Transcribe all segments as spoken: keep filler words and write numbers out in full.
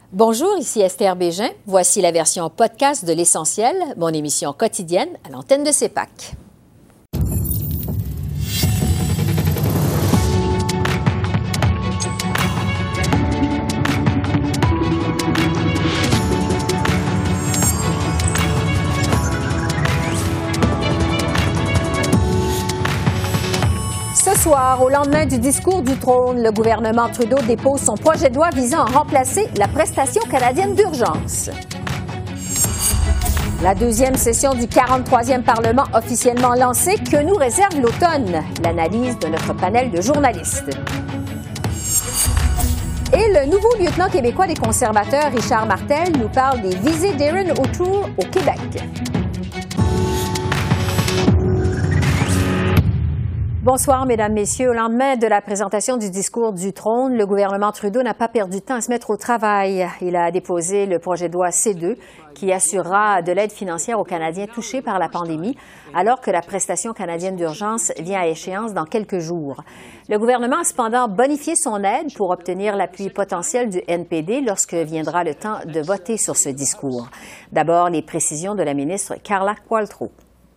Bonjour, ici Esther Bégin. Voici la version podcast de L'Essentiel, mon émission quotidienne à l'antenne de C E P A C. Ce soir, au lendemain du discours du trône, le gouvernement Trudeau dépose son projet de loi visant à remplacer la prestation canadienne d'urgence. La deuxième session du quarante-troisième Parlement officiellement lancée, que nous réserve l'automne? L'analyse de notre panel de journalistes. Et le nouveau lieutenant québécois des conservateurs, Richard Martel, nous parle des visées d'Erin O'Toole au Québec. Bonsoir, Mesdames, Messieurs. Au lendemain de la présentation du discours du trône, le gouvernement Trudeau n'a pas perdu de temps à se mettre au travail. Il a déposé le projet de loi C deux qui assurera de l'aide financière aux Canadiens touchés par la pandémie, alors que la prestation canadienne d'urgence vient à échéance dans quelques jours. Le gouvernement a cependant bonifié son aide pour obtenir l'appui potentiel du N P D lorsque viendra le temps de voter sur ce discours. D'abord, les précisions de la ministre Carla Qualtrough.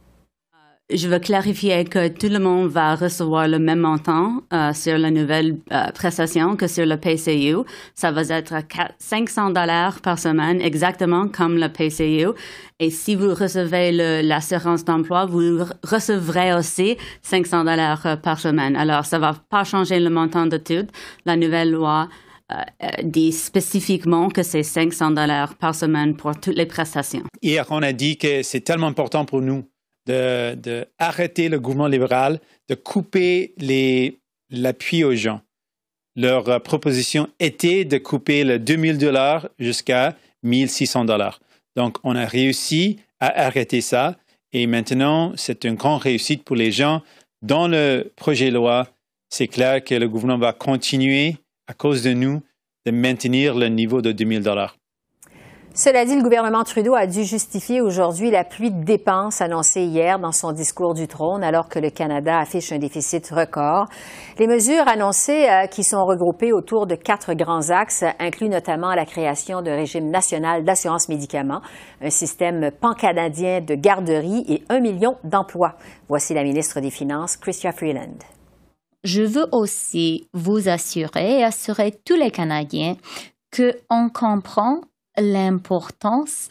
Je veux clarifier que tout le monde va recevoir le même montant euh, sur la nouvelle euh, prestation que sur le P C U. Ça va être cinq cents dollars par semaine, exactement comme le P C U. Et si vous recevez le, l'assurance d'emploi, vous recevrez aussi cinq cents dollars par semaine. Alors, ça va pas changer le montant de tout. La nouvelle loi euh, dit spécifiquement que c'est cinq cents dollars par semaine pour toutes les prestations. Hier, on a dit que c'est tellement important pour nous de, de arrêter le gouvernement libéral, de couper les, l'appui aux gens. Leur euh, proposition était de couper le deux mille dollars jusqu'à mille six cents dollars. Donc, on a réussi à arrêter ça et maintenant, c'est une grande réussite pour les gens. Dans le projet de loi, c'est clair que le gouvernement va continuer, à cause de nous, de maintenir le niveau de deux mille dollars. Cela dit, le gouvernement Trudeau a dû justifier aujourd'hui la pluie de dépenses annoncée hier dans son discours du trône, alors que le Canada affiche un déficit record. Les mesures annoncées, euh, qui sont regroupées autour de quatre grands axes, incluent notamment la création d'un régime national d'assurance médicaments, un système pan-canadien de garderie et un million d'emplois. Voici la ministre des Finances, Chrystia Freeland. Je veux aussi vous assurer et assurer tous les Canadiens qu'on comprend l'importance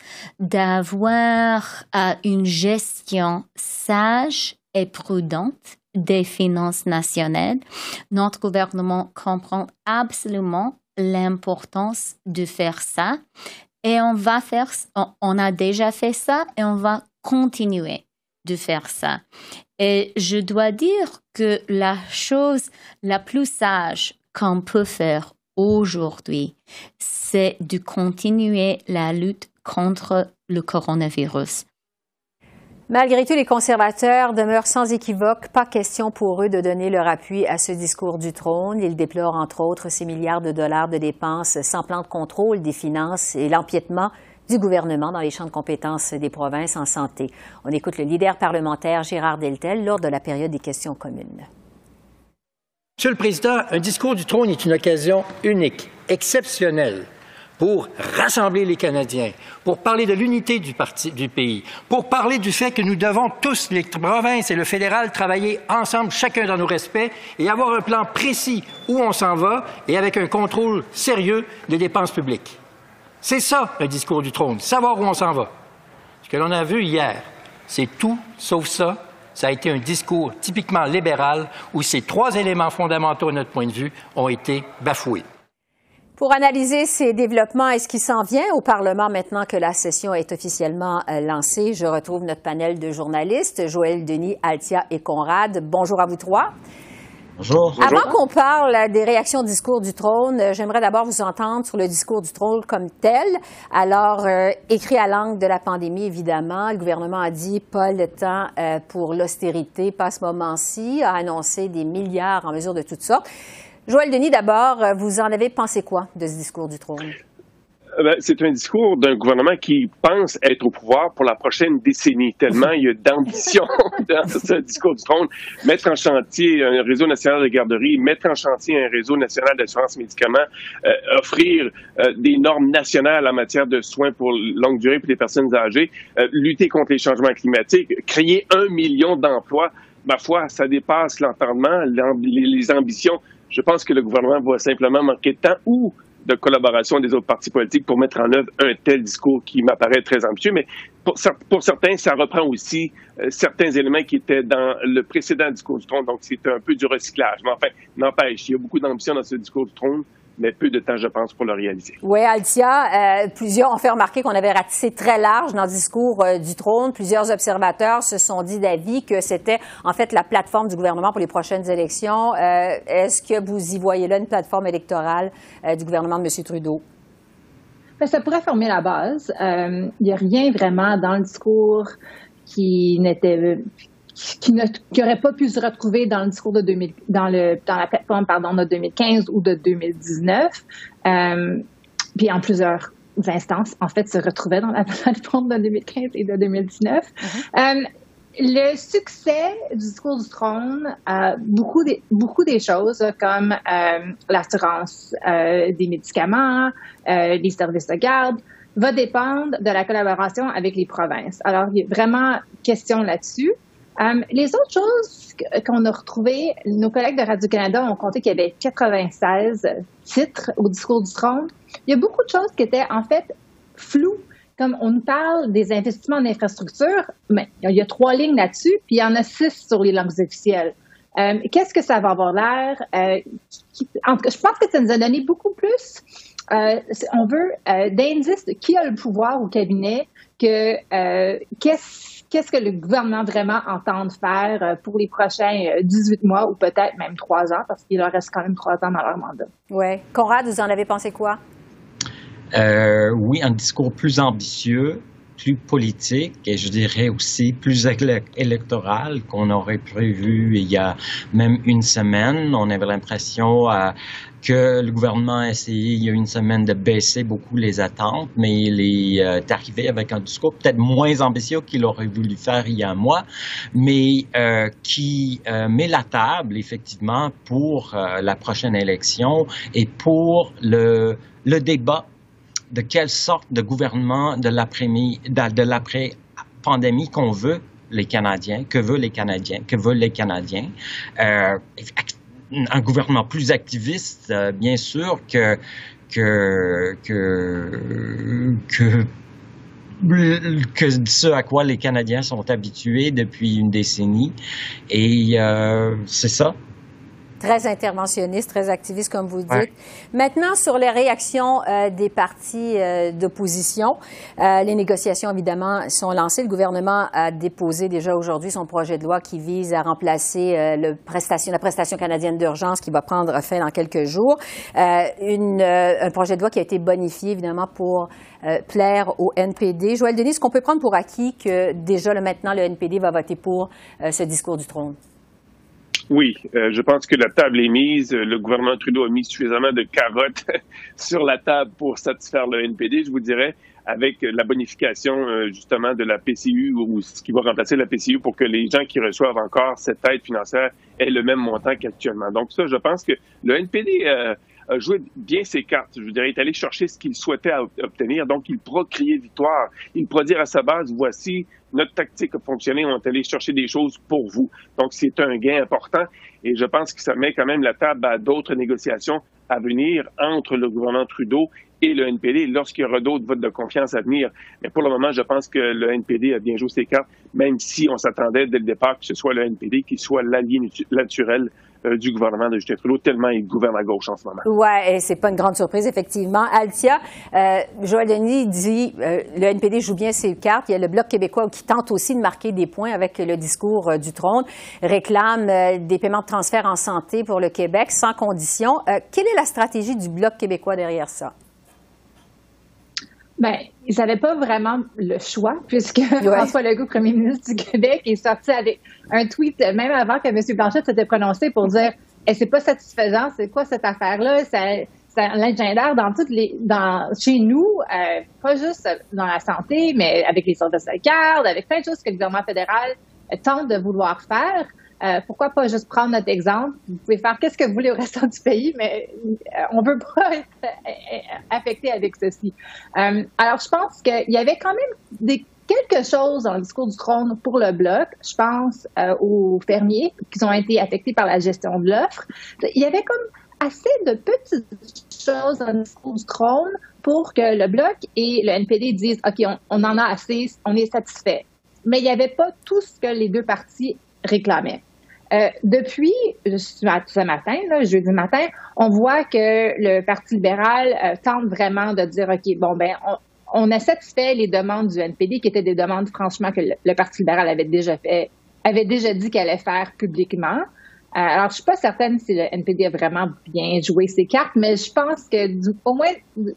d'avoir euh, une gestion sage et prudente des finances nationales. Notre gouvernement comprend absolument l'importance de faire ça et on va faire, on, on a déjà fait ça et on va continuer de faire ça. Et je dois dire que la chose la plus sage qu'on peut faire aujourd'hui, c'est de continuer la lutte contre le coronavirus. Malgré tout, les conservateurs demeurent sans équivoque. Pas question pour eux de donner leur appui à ce discours du trône. Ils déplorent, entre autres, ces milliards de dollars de dépenses sans plan de contrôle des finances et l'empiètement du gouvernement dans les champs de compétences des provinces en santé. On écoute le leader parlementaire Gérard Deltel lors de la période des questions communes. Monsieur le Président, un discours du trône est une occasion unique, exceptionnelle, pour rassembler les Canadiens, pour parler de l'unité du, parti, du pays, pour parler du fait que nous devons tous, les provinces et le fédéral, travailler ensemble, chacun dans nos respects, et avoir un plan précis où on s'en va et avec un contrôle sérieux des dépenses publiques. C'est ça, le discours du trône, savoir où on s'en va. Ce que l'on a vu hier, c'est tout sauf ça. Ça a été un discours typiquement libéral où ces trois éléments fondamentaux, de notre point de vue, ont été bafoués. Pour analyser ces développements et ce qui s'en vient au Parlement maintenant que la session est officiellement euh, lancée, je retrouve notre panel de journalistes, Joël Denis, Altia et Conrad. Bonjour à vous trois. Bonjour. Avant qu'on parle des réactions au discours du trône, j'aimerais d'abord vous entendre sur le discours du trône comme tel. Alors, euh, écrit à l'angle de la pandémie, évidemment, le gouvernement a dit pas le temps euh, pour l'austérité, pas à ce moment-ci, a annoncé des milliards en mesures de toutes sortes. Joël Denis, d'abord, vous en avez pensé quoi de ce discours du trône? Ben, c'est un discours d'un gouvernement qui pense être au pouvoir pour la prochaine décennie, tellement il y a d'ambition dans ce discours du trône. Mettre en chantier un réseau national de garderies, mettre en chantier un réseau national d'assurance médicaments, euh, offrir euh, des normes nationales en matière de soins pour longue durée pour les personnes âgées, euh, lutter contre les changements climatiques, créer un million d'emplois. Ma foi, ça dépasse l'entendement, les ambitions. Je pense que le gouvernement va simplement manquer de temps ou de collaboration des autres partis politiques pour mettre en œuvre un tel discours qui m'apparaît très ambitieux. Mais pour, pour certains, ça reprend aussi euh, certains éléments qui étaient dans le précédent discours du trône. Donc, c'est un peu du recyclage. Mais enfin, n'empêche, il y a beaucoup d'ambition dans ce discours du trône, mais peu de temps, je pense, pour le réaliser. Oui, Althia, euh, plusieurs ont fait remarquer qu'on avait ratissé très large dans le discours euh, du trône. Plusieurs observateurs se sont dit d'avis que c'était, en fait, la plateforme du gouvernement pour les prochaines élections. Euh, est-ce que vous y voyez là une plateforme électorale euh, du gouvernement de M. Trudeau? Bien, ça pourrait former la base. Il euh, n'y a rien vraiment dans le discours qui n'était... qui n'aurait pas pu se retrouver dans le discours de deux mille, dans le dans la plateforme pardon de deux mille quinze ou de deux mille dix-neuf, euh, puis en plusieurs instances en fait se retrouvait dans la plateforme de deux mille quinze et de deux mille dix-neuf. Mm-hmm. Euh, le succès du discours du trône, euh, beaucoup des beaucoup des choses comme euh, l'assurance euh, des médicaments, euh, les services de garde, va dépendre de la collaboration avec les provinces. Alors il y a vraiment question là-dessus. Um, les autres choses qu'on a retrouvées, nos collègues de Radio-Canada ont compté qu'il y avait quatre-vingt-seize titres au discours du trône. Il y a beaucoup de choses qui étaient en fait floues, comme on nous parle des investissements en infrastructure, mais il y a trois lignes là-dessus, puis il y en a six sur les langues officielles. Um, qu'est-ce que ça va avoir l'air? Euh, qui, en tout cas, je pense que ça nous a donné beaucoup plus. Euh, on veut euh, d'indices de qui a le pouvoir au cabinet, que euh, qu'est-ce Qu'est-ce que le gouvernement vraiment entend faire pour les prochains dix-huit mois ou peut-être même trois ans, parce qu'il leur reste quand même trois ans dans leur mandat? Oui. Conrad, vous en avez pensé quoi? Euh, oui, un discours plus ambitieux, plus politique et je dirais aussi plus électoral qu'on aurait prévu il y a même une semaine. On avait l'impression euh, que le gouvernement a essayé il y a une semaine de baisser beaucoup les attentes, mais il est euh, arrivé avec un discours peut-être moins ambitieux qu'il aurait voulu faire il y a un mois, mais euh, qui euh, met la table effectivement pour euh, la prochaine élection et pour le, le débat de quelle sorte de gouvernement de l'après, de l'après-pandémie qu'on veut les Canadiens, que veulent les Canadiens, que veulent les Canadiens. Euh, un gouvernement plus activiste, euh, bien sûr, que, que, que, que, que ce à quoi les Canadiens sont habitués depuis une décennie. Et euh, c'est ça. Très interventionniste, très activiste, comme vous dites. Ouais. Maintenant, sur les réactions euh, des partis euh, d'opposition, euh, les négociations, évidemment, sont lancées. Le gouvernement a déposé déjà aujourd'hui son projet de loi qui vise à remplacer euh, le prestation, la prestation canadienne d'urgence qui va prendre fin dans quelques jours. Euh, une, euh, un projet de loi qui a été bonifié, évidemment, pour euh, plaire au N P D. Joël Denis, est-ce qu'on peut prendre pour acquis que déjà, là, maintenant, le N P D va voter pour euh, ce discours du trône? Oui, euh, je pense que la table est mise. Le gouvernement Trudeau a mis suffisamment de carottes sur la table pour satisfaire le N P D, je vous dirais, avec la bonification euh, justement de la P C U ou ce qui va remplacer la P C U pour que les gens qui reçoivent encore cette aide financière aient le même montant qu'actuellement. Donc ça, je pense que le N P D euh, a joué bien ses cartes. Je dirais, il est allé chercher ce qu'il souhaitait obtenir. Donc, il pourra crier victoire. Il pourra dire à sa base, voici, notre tactique a fonctionné, on est allé chercher des choses pour vous. Donc, c'est un gain important. Et je pense que ça met quand même la table à d'autres négociations à venir entre le gouvernement Trudeau et le N P D lorsqu'il y aura d'autres votes de confiance à venir. Mais pour le moment, je pense que le N P D a bien joué ses cartes, même si on s'attendait dès le départ que ce soit le N P D qui soit l'allié naturel euh, du gouvernement de Justin Trudeau, tellement il gouverne à gauche en ce moment. Oui, et c'est pas une grande surprise, effectivement. Althia, euh, Joël Denis dit euh, le N P D joue bien ses cartes. Il y a le Bloc québécois qui tente aussi de marquer des points avec le discours euh, du trône, réclame euh, des paiements de transfert en santé pour le Québec sans condition. Euh, quelle est la stratégie du Bloc québécois derrière ça? Bien, ils n'avaient pas vraiment le choix, puisque ouais. François Legault, premier ministre du Québec, est sorti avec un tweet, même avant que M. Blanchette s'était prononcé, pour dire hey, « c'est pas satisfaisant, c'est quoi cette affaire-là? Ça, l'agenda dans toutes les, dans, chez nous, euh, pas juste dans la santé, mais avec les services de garde, avec plein de choses que le gouvernement fédéral tente de vouloir faire. Euh, pourquoi pas juste prendre notre exemple? Vous pouvez faire qu'est-ce que vous voulez au restant du pays, mais euh, on veut pas être affecté avec ceci. Euh, alors, je pense qu'il y avait quand même des quelque chose dans le discours du trône pour le Bloc. Je pense euh, aux fermiers qui ont été affectés par la gestion de l'offre. Il y avait comme assez de petites choses dans le discours du trône pour que le Bloc et le N P D disent « OK, on, on en a assez, on est satisfait ». Mais il n'y avait pas tout ce que les deux partis réclamaient. Euh, depuis ce matin, là, jeudi matin, on voit que le Parti libéral euh, tente vraiment de dire, OK, bon, ben, on, on a satisfait les demandes du N P D, qui étaient des demandes, franchement, que le, le Parti libéral avait déjà fait, avait déjà dit qu'elle allait faire publiquement. Euh, alors, je suis pas certaine si le N P D a vraiment bien joué ses cartes, mais je pense que, du, au moins,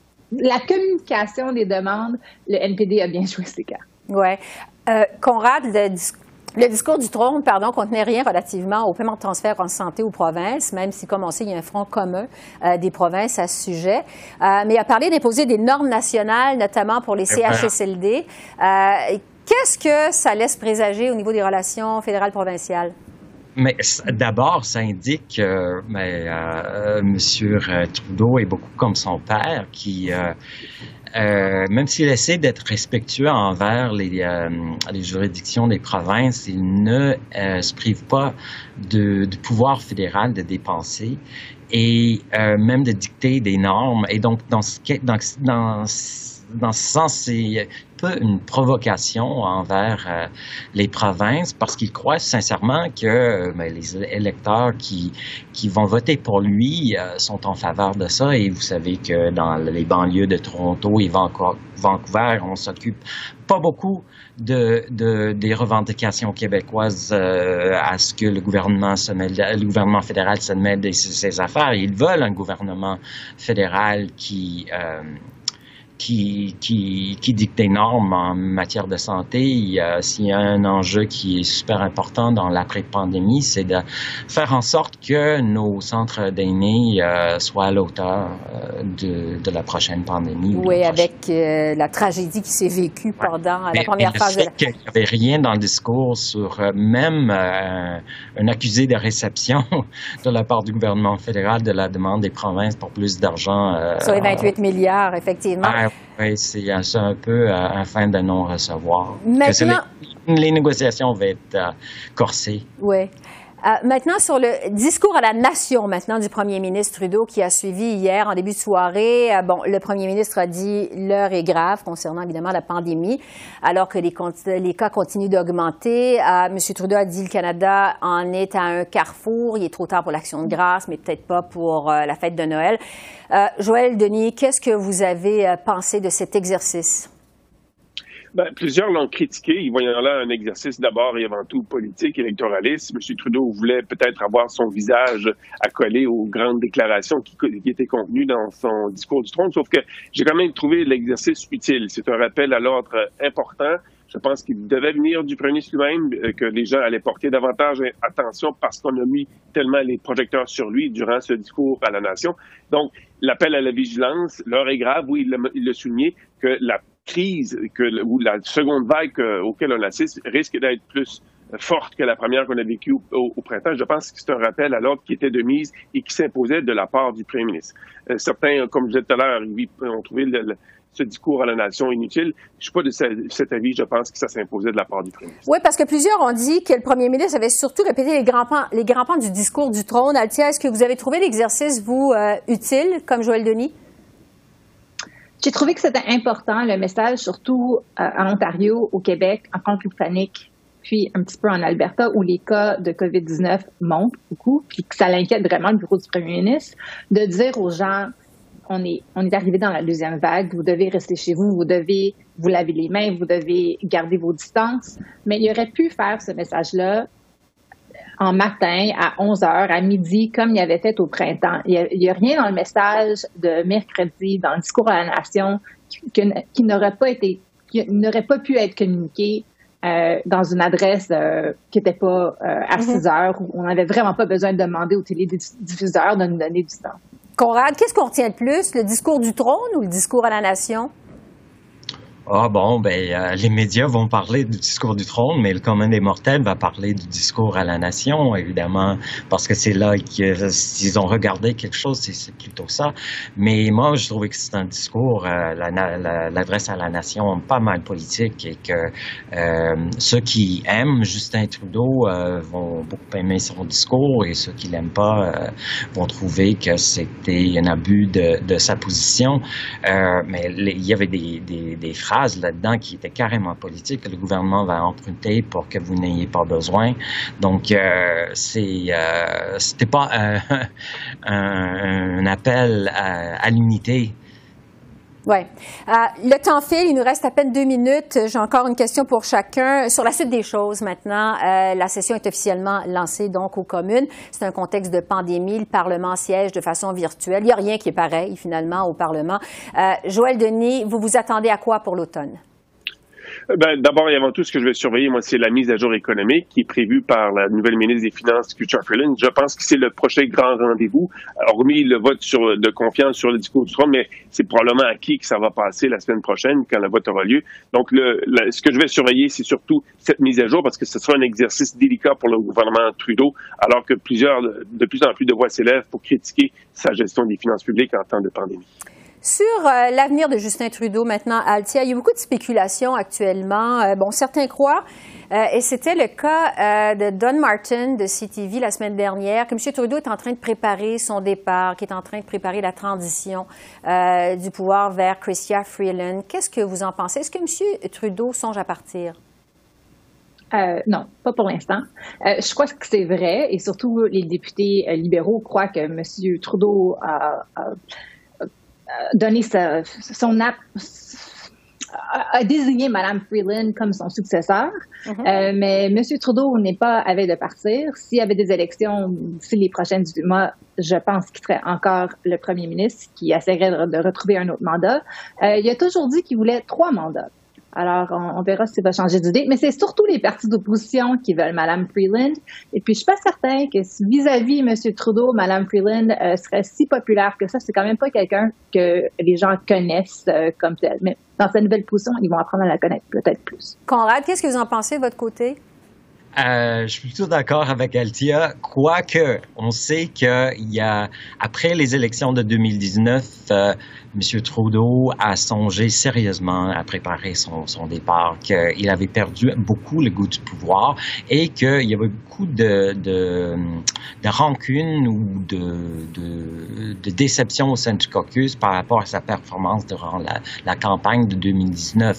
la communication des demandes, le N P D a bien joué ses cartes. Oui. Euh, Conrad, le discours Le discours du trône, pardon, contenait rien relativement au paiement de transfert en santé aux provinces, même si, comme on sait, il y a un front commun euh, des provinces à ce sujet. Euh, mais il a parlé d'imposer des normes nationales, notamment pour les C H S L D. Euh, Qu'est-ce que ça laisse présager au niveau des relations fédérales-provinciales? Mais d'abord, ça indique que mais, euh, M. Trudeau est beaucoup comme son père, qui... Euh, Euh, même s'il essaie d'être respectueux envers les, euh, les juridictions des provinces, il ne euh, se prive pas de, du pouvoir fédéral de dépenser et euh, même de dicter des normes. Et donc, dans ce, dans, dans, dans ce sens, c'est peu une provocation envers euh, les provinces parce qu'il croit sincèrement que euh, ben, les électeurs qui, qui vont voter pour lui euh, sont en faveur de ça. Et vous savez que dans les banlieues de Toronto et Vancouver, on s'occupe pas beaucoup de, de des revendications québécoises euh, à ce que le gouvernement se mêle, le gouvernement fédéral se mêle de ses affaires. Ils veulent un gouvernement fédéral qui euh, Qui, qui, qui dicte des normes en matière de santé. Il y a, s'il y a un enjeu qui est super important dans l'après-pandémie, c'est de faire en sorte que nos centres d'aînés euh, soient à l'auteur euh, de, de la prochaine pandémie. Oui, avec euh, la tragédie qui s'est vécue pendant ouais. la mais, première mais phase. Le fait de la... qu'il n'y avait rien dans le discours sur euh, même euh, un accusé de réception de la part du gouvernement fédéral de la demande des provinces pour plus d'argent. Euh, sur les vingt-huit milliards, effectivement. Ah, oui, c'est un peu euh, un fin de non-recevoir. Maintenant, les, les négociations vont être euh, corsées. Oui. Euh, maintenant, sur le discours à la nation maintenant du premier ministre Trudeau qui a suivi hier en début de soirée, euh, bon, le premier ministre a dit l'heure est grave concernant évidemment la pandémie, alors que les, les cas continuent d'augmenter. Euh, M. Trudeau a dit le Canada en est à un carrefour. Il est trop tard pour l'Action de grâce, mais peut-être pas pour euh, la fête de Noël. Euh, Joël Denis, qu'est-ce que vous avez euh, pensé de cet exercice? Ben, plusieurs l'ont critiqué. Ils voyaient là un exercice d'abord et avant tout politique, électoraliste. M. Trudeau voulait peut-être avoir son visage accolé aux grandes déclarations qui, qui étaient contenues dans son discours du trône. Sauf que j'ai quand même trouvé l'exercice utile. C'est un rappel à l'ordre important. Je pense qu'il devait venir du premier ministre lui-même, que les gens allaient porter davantage attention parce qu'on a mis tellement les projecteurs sur lui durant ce discours à la nation. Donc, l'appel à la vigilance, l'heure est grave. Oui, il l'a souligné, que la crise que, ou la seconde vague que, auquel on assiste risque d'être plus forte que la première qu'on a vécue au, au, au printemps. Je pense que c'est un rappel à l'ordre qui était de mise et qui s'imposait de la part du premier ministre. Euh, certains, comme je disais tout à l'heure, ont trouvé le, le, ce discours à la nation inutile. Je ne suis pas de ce, cet avis. Je pense que ça s'imposait de la part du premier ministre. Oui, parce que plusieurs ont dit que le premier ministre avait surtout répété les grands pans, les grands pans du discours du trône. Althia, est-ce que vous avez trouvé l'exercice, vous, euh, utile, comme Joël Denis? J'ai trouvé que c'était important, le message, surtout euh, en Ontario, au Québec, en Colombie-Britannique, puis un petit peu en Alberta, où les cas de covid dix-neuf montent beaucoup, puis que ça l'inquiète vraiment le bureau du premier ministre, de dire aux gens, on est, on est arrivé dans la deuxième vague, vous devez rester chez vous, vous devez vous laver les mains, vous devez garder vos distances. Mais il aurait pu faire ce message-là en matin, à onze heures, à midi, comme il avait fait au printemps. Il n'y a, a rien dans le message de mercredi, dans le discours à la nation, qui, qui n'aurait pas été, qui n'aurait pas pu être communiqué euh, dans une adresse euh, qui n'était pas euh, à six heures, où on n'avait vraiment pas besoin de demander aux télédiffuseurs de nous donner du temps. Conrad, qu'est-ce qu'on retient le plus, le discours du trône ou le discours à la nation? Ah bon, ben euh, les médias vont parler du discours du trône, mais le commun des mortels va parler du discours à la nation, évidemment, parce que c'est là qu'ils s'ils ont regardé quelque chose, c'est, c'est plutôt ça. Mais moi, je trouvais que c'est un discours, euh, la, la, l'adresse à la nation, pas mal politique, et que euh, ceux qui aiment Justin Trudeau euh, vont beaucoup aimer son discours, et ceux qui l'aiment pas euh, vont trouver que c'était un abus de, de sa position. Euh, mais les, il y avait des, des, des phrases là-dedans qui était carrément politique, que le gouvernement va emprunter pour que vous n'ayez pas besoin. Donc, euh, c'est, euh, c'était pas euh, un, un appel à, à l'unité. Oui. Euh, le temps file, il nous reste à peine deux minutes. J'ai encore une question pour chacun. Sur la suite des choses maintenant, euh, la session est officiellement lancée donc aux communes. C'est un contexte de pandémie. Le Parlement siège de façon virtuelle. Il n'y a rien qui est pareil finalement au Parlement. Euh, Joël Denis, vous vous attendez à quoi pour l'automne? Ben, d'abord et avant tout, ce que je vais surveiller, moi, c'est la mise à jour économique qui est prévue par la nouvelle ministre des Finances, Chrystia Freeland. Je pense que c'est le prochain grand rendez-vous, hormis le vote sur, de confiance sur le discours du Trump, mais c'est probablement acquis que ça va passer la semaine prochaine quand le vote aura lieu. Donc, le, le, ce que je vais surveiller, c'est surtout cette mise à jour parce que ce sera un exercice délicat pour le gouvernement Trudeau, alors que plusieurs, de plus en plus de voix s'élèvent pour critiquer sa gestion des finances publiques en temps de pandémie. Sur euh, l'avenir de Justin Trudeau maintenant, Althia, il y a beaucoup de spéculations actuellement. Euh, bon, certains croient, euh, et c'était le cas euh, de Don Martin de C T V la semaine dernière, que M. Trudeau est en train de préparer son départ, qui est en train de préparer la transition euh, du pouvoir vers Chrystia Freeland. Qu'est-ce que vous en pensez? Est-ce que M. Trudeau songe à partir? Euh, non, pas pour l'instant. Euh, je crois que c'est vrai, et surtout les députés euh, libéraux croient que M. Trudeau a... a donné sa, son app, a désigné Mme Freeland comme son successeur, mm-hmm. euh, mais M. Trudeau n'est pas à veille de partir. S'il y avait des élections d'ici les prochaines mois, je pense qu'il serait encore le premier ministre qui essaierait de, de retrouver un autre mandat. Euh, il a toujours dit qu'il voulait trois mandats. Alors, on, on verra s'il va changer d'idée. Mais c'est surtout les partis d'opposition qui veulent Mme Freeland. Et puis, je suis pas certain que vis-à-vis M. Trudeau, Mme Freeland euh, serait si populaire que ça. C'est quand même pas quelqu'un que les gens connaissent euh, comme tel. Mais dans sa nouvelle position, ils vont apprendre à la connaître peut-être plus. Conrad, qu'est-ce que vous en pensez de votre côté? Euh, je suis plutôt d'accord avec Althia, quoique on sait qu'il y a, après les élections de deux mille dix-neuf, euh, M. Trudeau a songé sérieusement à préparer son, son départ, qu'il avait perdu beaucoup le goût du pouvoir et qu'il y avait beaucoup de, de, de rancune ou de, de, de déception au sein du caucus par rapport à sa performance durant la, la campagne de deux mille dix-neuf.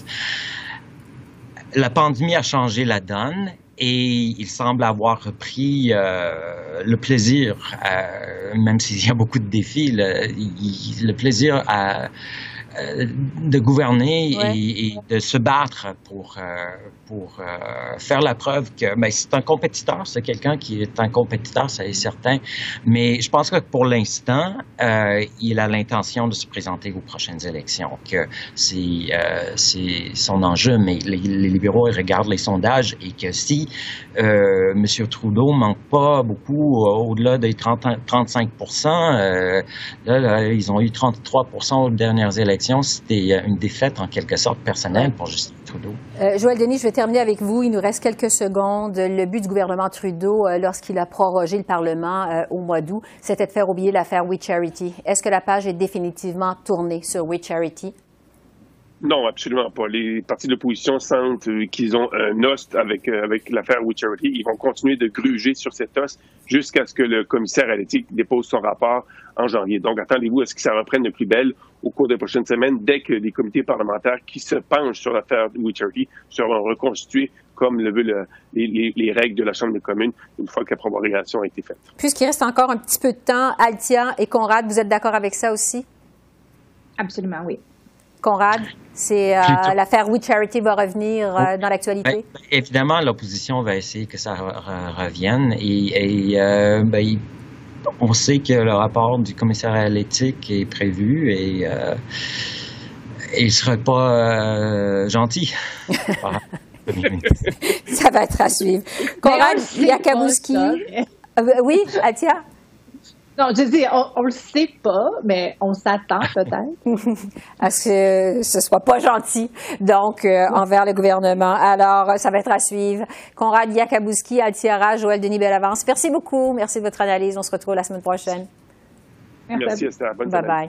La pandémie a changé la donne. Et il semble avoir repris euh, le plaisir, euh, même s'il y a beaucoup de défis, le, il, le plaisir à, euh, de gouverner ouais. et, et de se battre pour, euh, pour euh, faire la preuve que ben, c'est un compétiteur, c'est quelqu'un qui est un compétiteur, ça est certain. Mais je pense que pour l'instant, euh, il a l'intention de se présenter aux prochaines élections, que c'est, euh, c'est son enjeu. Mais les, les libéraux ils regardent les sondages et que si euh, M. Trudeau manque pas beaucoup euh, au-delà des trente, trente-cinq pour cent, euh, là, là, ils ont eu trente-trois pour cent aux dernières élections. C'était une défaite en quelque sorte personnelle pour Justin Trudeau. Euh, Joël Denis, je vais terminer avec vous. Il nous reste quelques secondes. Le but du gouvernement Trudeau, euh, lorsqu'il a prorogé le Parlement euh, au mois d'août, c'était de faire oublier l'affaire We Charity. Est-ce que la page est définitivement tournée sur We Charity? Non, absolument pas. Les partis de l'opposition sentent euh, qu'ils ont un os avec, euh, avec l'affaire We Charity. Ils vont continuer de gruger sur cet os jusqu'à ce que le commissaire à l'éthique dépose son rapport en janvier. Donc, attendez-vous à ce que ça reprenne de plus belle au cours des prochaines semaines, dès que les comités parlementaires qui se penchent sur l'affaire We Charity seront reconstitués comme le veulent le, les, les, les règles de la Chambre des communes une fois que la prorogation a été faite. Puisqu'il reste encore un petit peu de temps, Althia et Conrad, vous êtes d'accord avec ça aussi? Absolument, oui. Conrad, c'est euh, l'affaire We Charity va revenir euh, dans l'actualité? Ben, évidemment, l'opposition va essayer que ça re- revienne et, et euh, ben, on sait que le rapport du commissaire à l'éthique est prévu et euh, il ne serait pas euh, gentil. Ça va être à suivre. Conrad Yakabouski. Euh, oui, Althia? Non, je dis, on ne le sait pas, mais on s'attend peut-être. À ce que ce soit pas gentil, donc, euh, envers le gouvernement. Alors, ça va être à suivre. Conrad Yakabouski, Altiara, Joël Denis-Bellavance, merci beaucoup. Merci de votre analyse. On se retrouve la semaine prochaine. Merci, Merci Esther. Bonne bye semaine. Bye.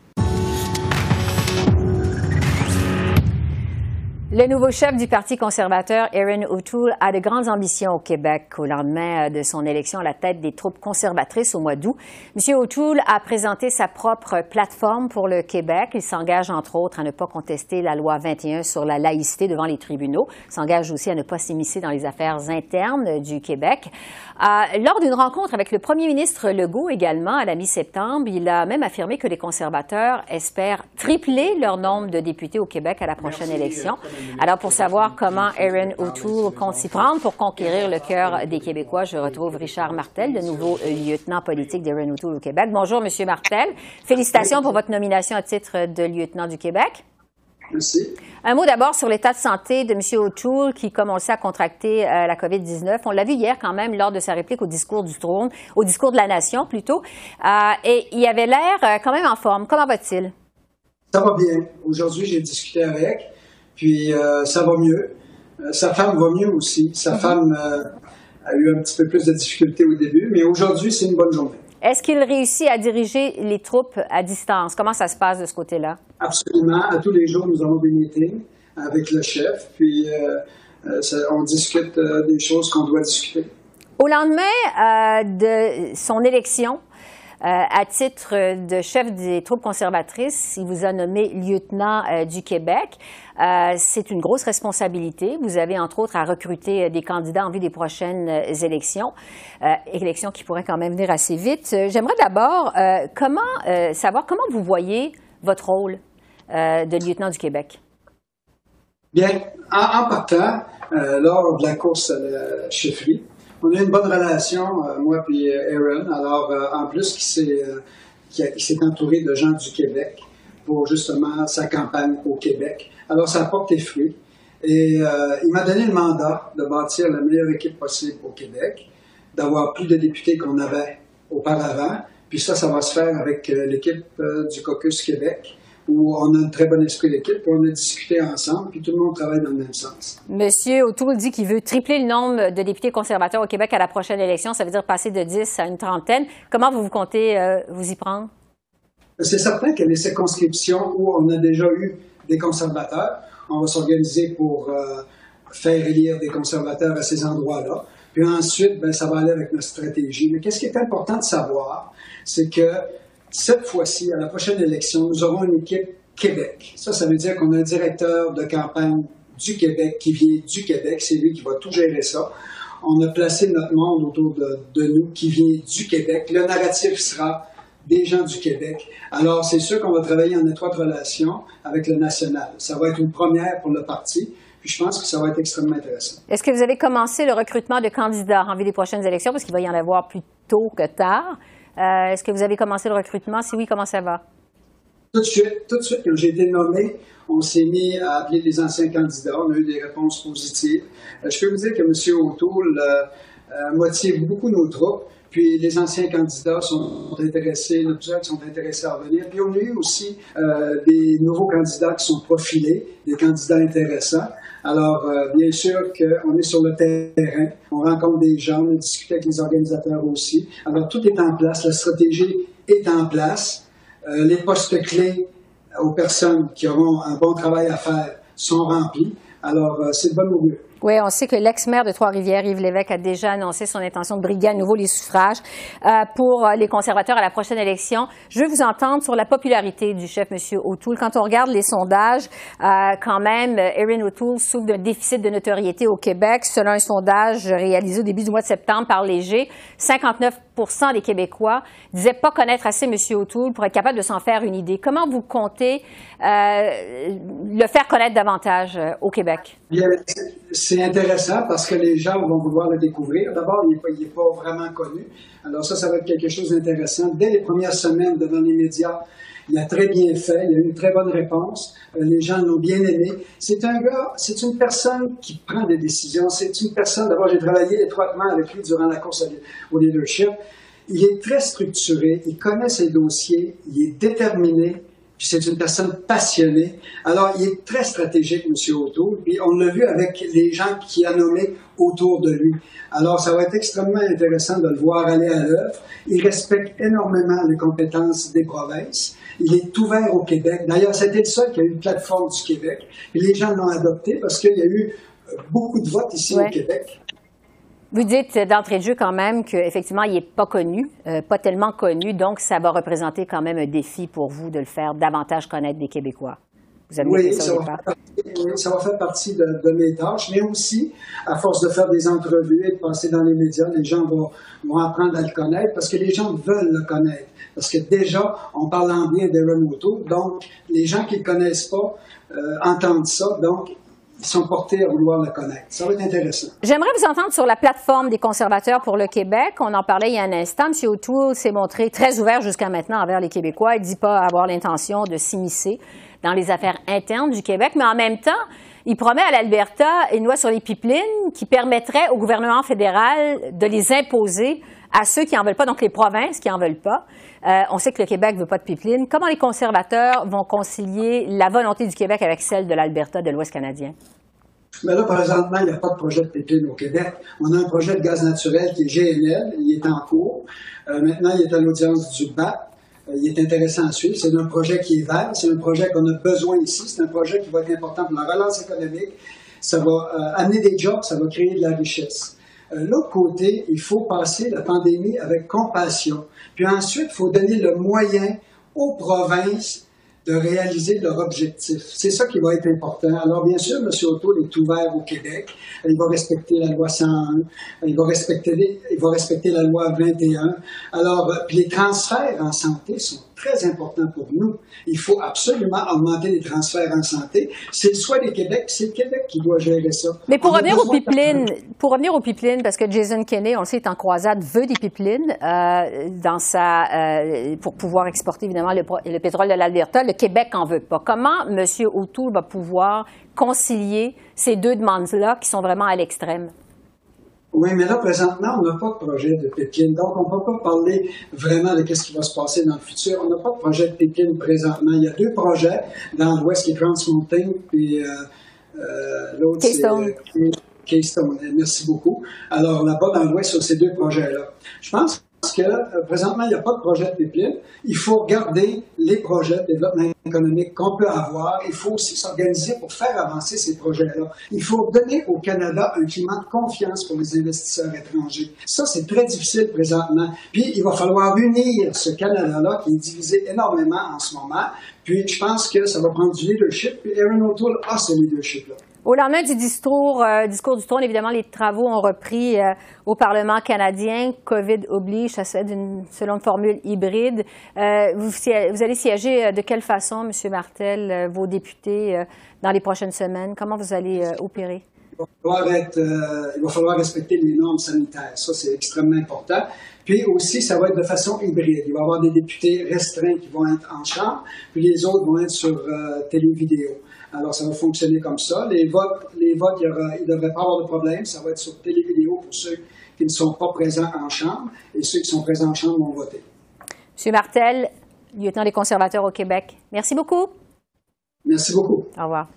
Le nouveau chef du Parti conservateur, Erin O'Toole, a de grandes ambitions au Québec au lendemain de son élection à la tête des troupes conservatrices au mois d'août. M. O'Toole a présenté sa propre plateforme pour le Québec. Il s'engage, entre autres, à ne pas contester la loi vingt et un sur la laïcité devant les tribunaux. Il s'engage aussi à ne pas s'immiscer dans les affaires internes du Québec. Euh, lors d'une rencontre avec le premier ministre Legault également, à la mi-septembre, il a même affirmé que les conservateurs espèrent tripler leur nombre de députés au Québec à la prochaine Merci. élection. Alors, pour savoir comment Erin O'Toole compte s'y prendre pour conquérir le cœur des Québécois, je retrouve Richard Martel, le nouveau lieutenant politique d'Erin O'Toole au Québec. Bonjour, Monsieur Martel. Félicitations pour votre nomination à titre de lieutenant du Québec. Merci. Un mot d'abord sur l'état de santé de M. O'Toole qui, comme on le sait, a contracté euh, la COVID dix-neuf. On l'a vu hier quand même lors de sa réplique au discours du trône, au discours de la nation plutôt. Euh, et il avait l'air euh, quand même en forme. Comment va-t-il? Ça va bien. Aujourd'hui, j'ai discuté avec, puis euh, ça va mieux. Euh, sa femme va mieux aussi. Sa mm-hmm. femme euh, a eu un petit peu plus de difficultés au début, mais aujourd'hui, c'est une bonne journée. Est-ce qu'il réussit à diriger les troupes à distance? Comment ça se passe de ce côté-là? Absolument. À tous les jours, nous avons des meetings avec le chef, puis euh, euh, ça, on discute euh, des choses qu'on doit discuter. Au lendemain euh, de son élection, Euh, à titre de chef des troupes conservatrices, il vous a nommé lieutenant euh, du Québec. Euh, c'est une grosse responsabilité. Vous avez, entre autres, à recruter des candidats en vue des prochaines euh, élections, euh, élections qui pourraient quand même venir assez vite. Euh, j'aimerais d'abord euh, comment euh, savoir comment vous voyez votre rôle euh, de lieutenant du Québec. Bien, en, en partant, euh, lors de la course à la chefferie, on a une bonne relation, euh, moi et Erin. Alors, euh, en plus, qui s'est, euh, qui, a, qui s'est entouré de gens du Québec pour justement sa campagne au Québec. Alors, ça a porté fruit. Et euh, il m'a donné le mandat de bâtir la meilleure équipe possible au Québec, d'avoir plus de députés qu'on avait auparavant. Puis ça, ça va se faire avec euh, l'équipe euh, du Caucus Québec, où on a un très bon esprit d'équipe, puis on a discuté ensemble, puis tout le monde travaille dans le même sens. Monsieur O'Toole dit qu'il veut tripler le nombre de députés conservateurs au Québec à la prochaine élection. Ça veut dire passer de dix à une trentaine. Comment vous vous comptez euh, vous y prendre? C'est certain que les circonscriptions où on a déjà eu des conservateurs, on va s'organiser pour euh, faire élire des conservateurs à ces endroits-là. Puis ensuite, ben, ça va aller avec notre stratégie. Mais qu'est-ce qui est important de savoir, c'est que cette fois-ci, à la prochaine élection, nous aurons une équipe Québec. Ça, ça veut dire qu'on a un directeur de campagne du Québec qui vient du Québec. C'est lui qui va tout gérer ça. On a placé notre monde autour de, de nous qui vient du Québec. Le narratif sera des gens du Québec. Alors, c'est sûr qu'on va travailler en étroite relation avec le national. Ça va être une première pour le parti. Puis je pense que ça va être extrêmement intéressant. Est-ce que vous avez commencé le recrutement de candidats en vue des prochaines élections? Parce qu'il va y en avoir plus tôt que tard. Euh, est-ce que vous avez commencé le recrutement? Si oui, comment ça va? Tout de suite, tout de suite, quand j'ai été nommé, on s'est mis à appeler les anciens candidats. On a eu des réponses positives. Euh, je peux vous dire que M. O'Toole euh, euh, motive beaucoup nos troupes. Puis les anciens candidats sont intéressés, il y en a plusieurs qui sont intéressés à revenir. Puis on a eu aussi euh, des nouveaux candidats qui sont profilés, des candidats intéressants. Alors, euh, bien sûr qu'on est sur le terrain, on rencontre des gens, on a discuté avec les organisateurs aussi. Alors, tout est en place, la stratégie est en place. Euh, les postes clés aux personnes qui auront un bon travail à faire sont remplis. Alors, euh, c'est de bonne augure. Oui, on sait que l'ex-maire de Trois-Rivières, Yves Lévesque, a déjà annoncé son intention de briguer à nouveau les suffrages euh, pour les conservateurs à la prochaine élection. Je veux vous entendre sur la popularité du chef, M. O'Toole. Quand on regarde les sondages, euh, quand même, Erin O'Toole souffre d'un déficit de notoriété au Québec. Selon un sondage réalisé au début du mois de septembre par Léger, cinquante-neuf pour cent des Québécois disaient pas connaître assez M. O'Toole pour être capable de s'en faire une idée. Comment vous comptez euh, le faire connaître davantage euh, au Québec? Bien, c'est intéressant parce que les gens vont vouloir le découvrir. D'abord, il n'est pas, il est pas vraiment connu. Alors ça, ça va être quelque chose d'intéressant. Dès les premières semaines devant les médias, il a très bien fait. Il a eu une très bonne réponse. Les gens l'ont bien aimé. C'est un gars, c'est une personne qui prend des décisions. C'est une personne, d'abord, j'ai travaillé étroitement avec lui durant la course au leadership. Il est très structuré, il connaît ses dossiers, il est déterminé, puis c'est une personne passionnée. Alors, il est très stratégique, M. O'Toole, puis on l'a vu avec les gens qu'il a nommés autour de lui. Alors, ça va être extrêmement intéressant de le voir aller à l'œuvre. Il respecte énormément les compétences des provinces. Il est ouvert au Québec. D'ailleurs, c'était le seul qui a eu une plateforme du Québec. Et les gens l'ont adopté parce qu'il y a eu beaucoup de votes ici ouais. au Québec. Vous dites d'entrée de jeu quand même qu'effectivement, il n'est pas connu, euh, pas tellement connu, donc ça va représenter quand même un défi pour vous de le faire davantage connaître des Québécois. Vous avez oui, ça, ça, au va partie, oui, ça va faire partie de, de mes tâches, mais aussi, à force de faire des entrevues et de passer dans les médias, les gens vont, vont apprendre à le connaître parce que les gens veulent le connaître. Parce que déjà, on parle en bien d'Aaron O'Toole, donc les gens qui ne le connaissent pas euh, entendent ça, donc ils sont portés à vouloir le connaître. Ça va être intéressant. J'aimerais vous entendre sur la plateforme des conservateurs pour le Québec. On en parlait il y a un instant. M. O'Toole s'est montré très ouvert jusqu'à maintenant envers les Québécois. Il ne dit pas avoir l'intention de s'immiscer dans les affaires internes du Québec, mais en même temps, il promet à l'Alberta une loi sur les pipelines qui permettrait au gouvernement fédéral de les imposer à ceux qui n'en veulent pas, donc les provinces qui n'en veulent pas. Euh, on sait que le Québec ne veut pas de pipeline. Comment les conservateurs vont concilier la volonté du Québec avec celle de l'Alberta, de l'Ouest canadien? Mais là, présentement, il n'y a pas de projet de pipeline au Québec. On a un projet de gaz naturel qui est G N L, il est en cours. Euh, maintenant, il est à l'audience du B A P. Euh, il est intéressant à suivre. C'est un projet qui est vert. C'est un projet qu'on a besoin ici. C'est un projet qui va être important pour la relance économique. Ça va euh, amener des jobs, ça va créer de la richesse. Euh, l'autre côté, il faut passer la pandémie avec compassion. Puis ensuite, il faut donner le moyen aux provinces de réaliser leur objectif. C'est ça qui va être important. Alors, bien sûr, M. O'Toole est ouvert au Québec. Il va respecter la loi cent un. Il va respecter, les, il va respecter la loi vingt et un. Alors, puis les transferts en santé sont très importants pour nous. Il faut absolument augmenter les transferts en santé. C'est le choix des Québec, c'est le Québec qui doit gérer ça. Mais pour revenir aux pipelines, pour revenir aux pipelines, parce que Jason Kenney, on le sait, est en croisade, veut des pipelines euh, dans sa, euh, pour pouvoir exporter évidemment le, le pétrole de l'Alberta. Le Québec en veut pas. Comment M. O'Toole va pouvoir concilier ces deux demandes-là qui sont vraiment à l'extrême? Oui, mais là, présentement, on n'a pas de projet de pipeline. Donc, on ne peut pas parler vraiment de ce qui va se passer dans le futur. On n'a pas de projet de pipeline présentement. Il y a deux projets dans l'Ouest qui est Trans Mountain, puis euh, euh, l'autre, c'est euh, Keystone. Merci beaucoup. Alors, là-bas, dans l'Ouest, sur ces deux projets-là. Je pense que euh, présentement, il n'y a pas de projet de pipeline. Il faut regarder les projets de développement économique qu'on peut avoir. Il faut aussi s'organiser pour faire avancer ces projets-là. Il faut donner au Canada un climat de confiance pour les investisseurs étrangers. Ça, c'est très difficile présentement. Puis, il va falloir unir ce Canada-là qui est divisé énormément en ce moment. Puis, je pense que ça va prendre du leadership. Puis, Aaron O'Toole a ce leadership-là. Au lendemain du discours, euh, discours du trône, évidemment, les travaux ont repris euh, au Parlement canadien. COVID oblige, ça se fait d'une, selon une formule hybride. Euh, vous, vous allez siéger de quelle façon, M. Martel, euh, vos députés, euh, dans les prochaines semaines? Comment vous allez euh, opérer? Il va falloir être, euh, il va falloir respecter les normes sanitaires. Ça, c'est extrêmement important. Puis aussi, ça va être de façon hybride. Il va y avoir des députés restreints qui vont être en chambre, puis les autres vont être sur euh, télé-vidéo. Alors, ça va fonctionner comme ça. Les votes, les votes, il ne devrait pas avoir de problème. Ça va être sur télé-vidéo pour ceux qui ne sont pas présents en chambre, et ceux qui sont présents en chambre vont voter. M. Martel, lieutenant des conservateurs au Québec, merci beaucoup. Merci beaucoup. Au revoir.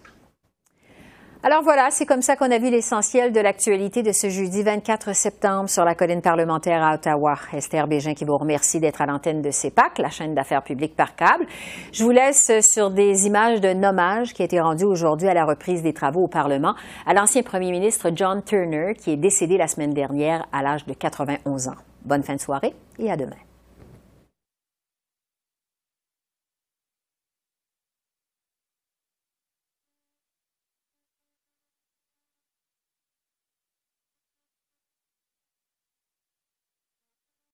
Alors voilà, c'est comme ça qu'on a vu l'essentiel de l'actualité de ce jeudi vingt-quatre septembre sur la colline parlementaire à Ottawa. Esther Bégin qui vous remercie d'être à l'antenne de C E P A C, la chaîne d'affaires publiques par câble. Je vous laisse sur des images d'un hommage qui a été rendu aujourd'hui à la reprise des travaux au Parlement à l'ancien premier ministre John Turner qui est décédé la semaine dernière à l'âge de quatre-vingt-onze ans. Bonne fin de soirée et à demain.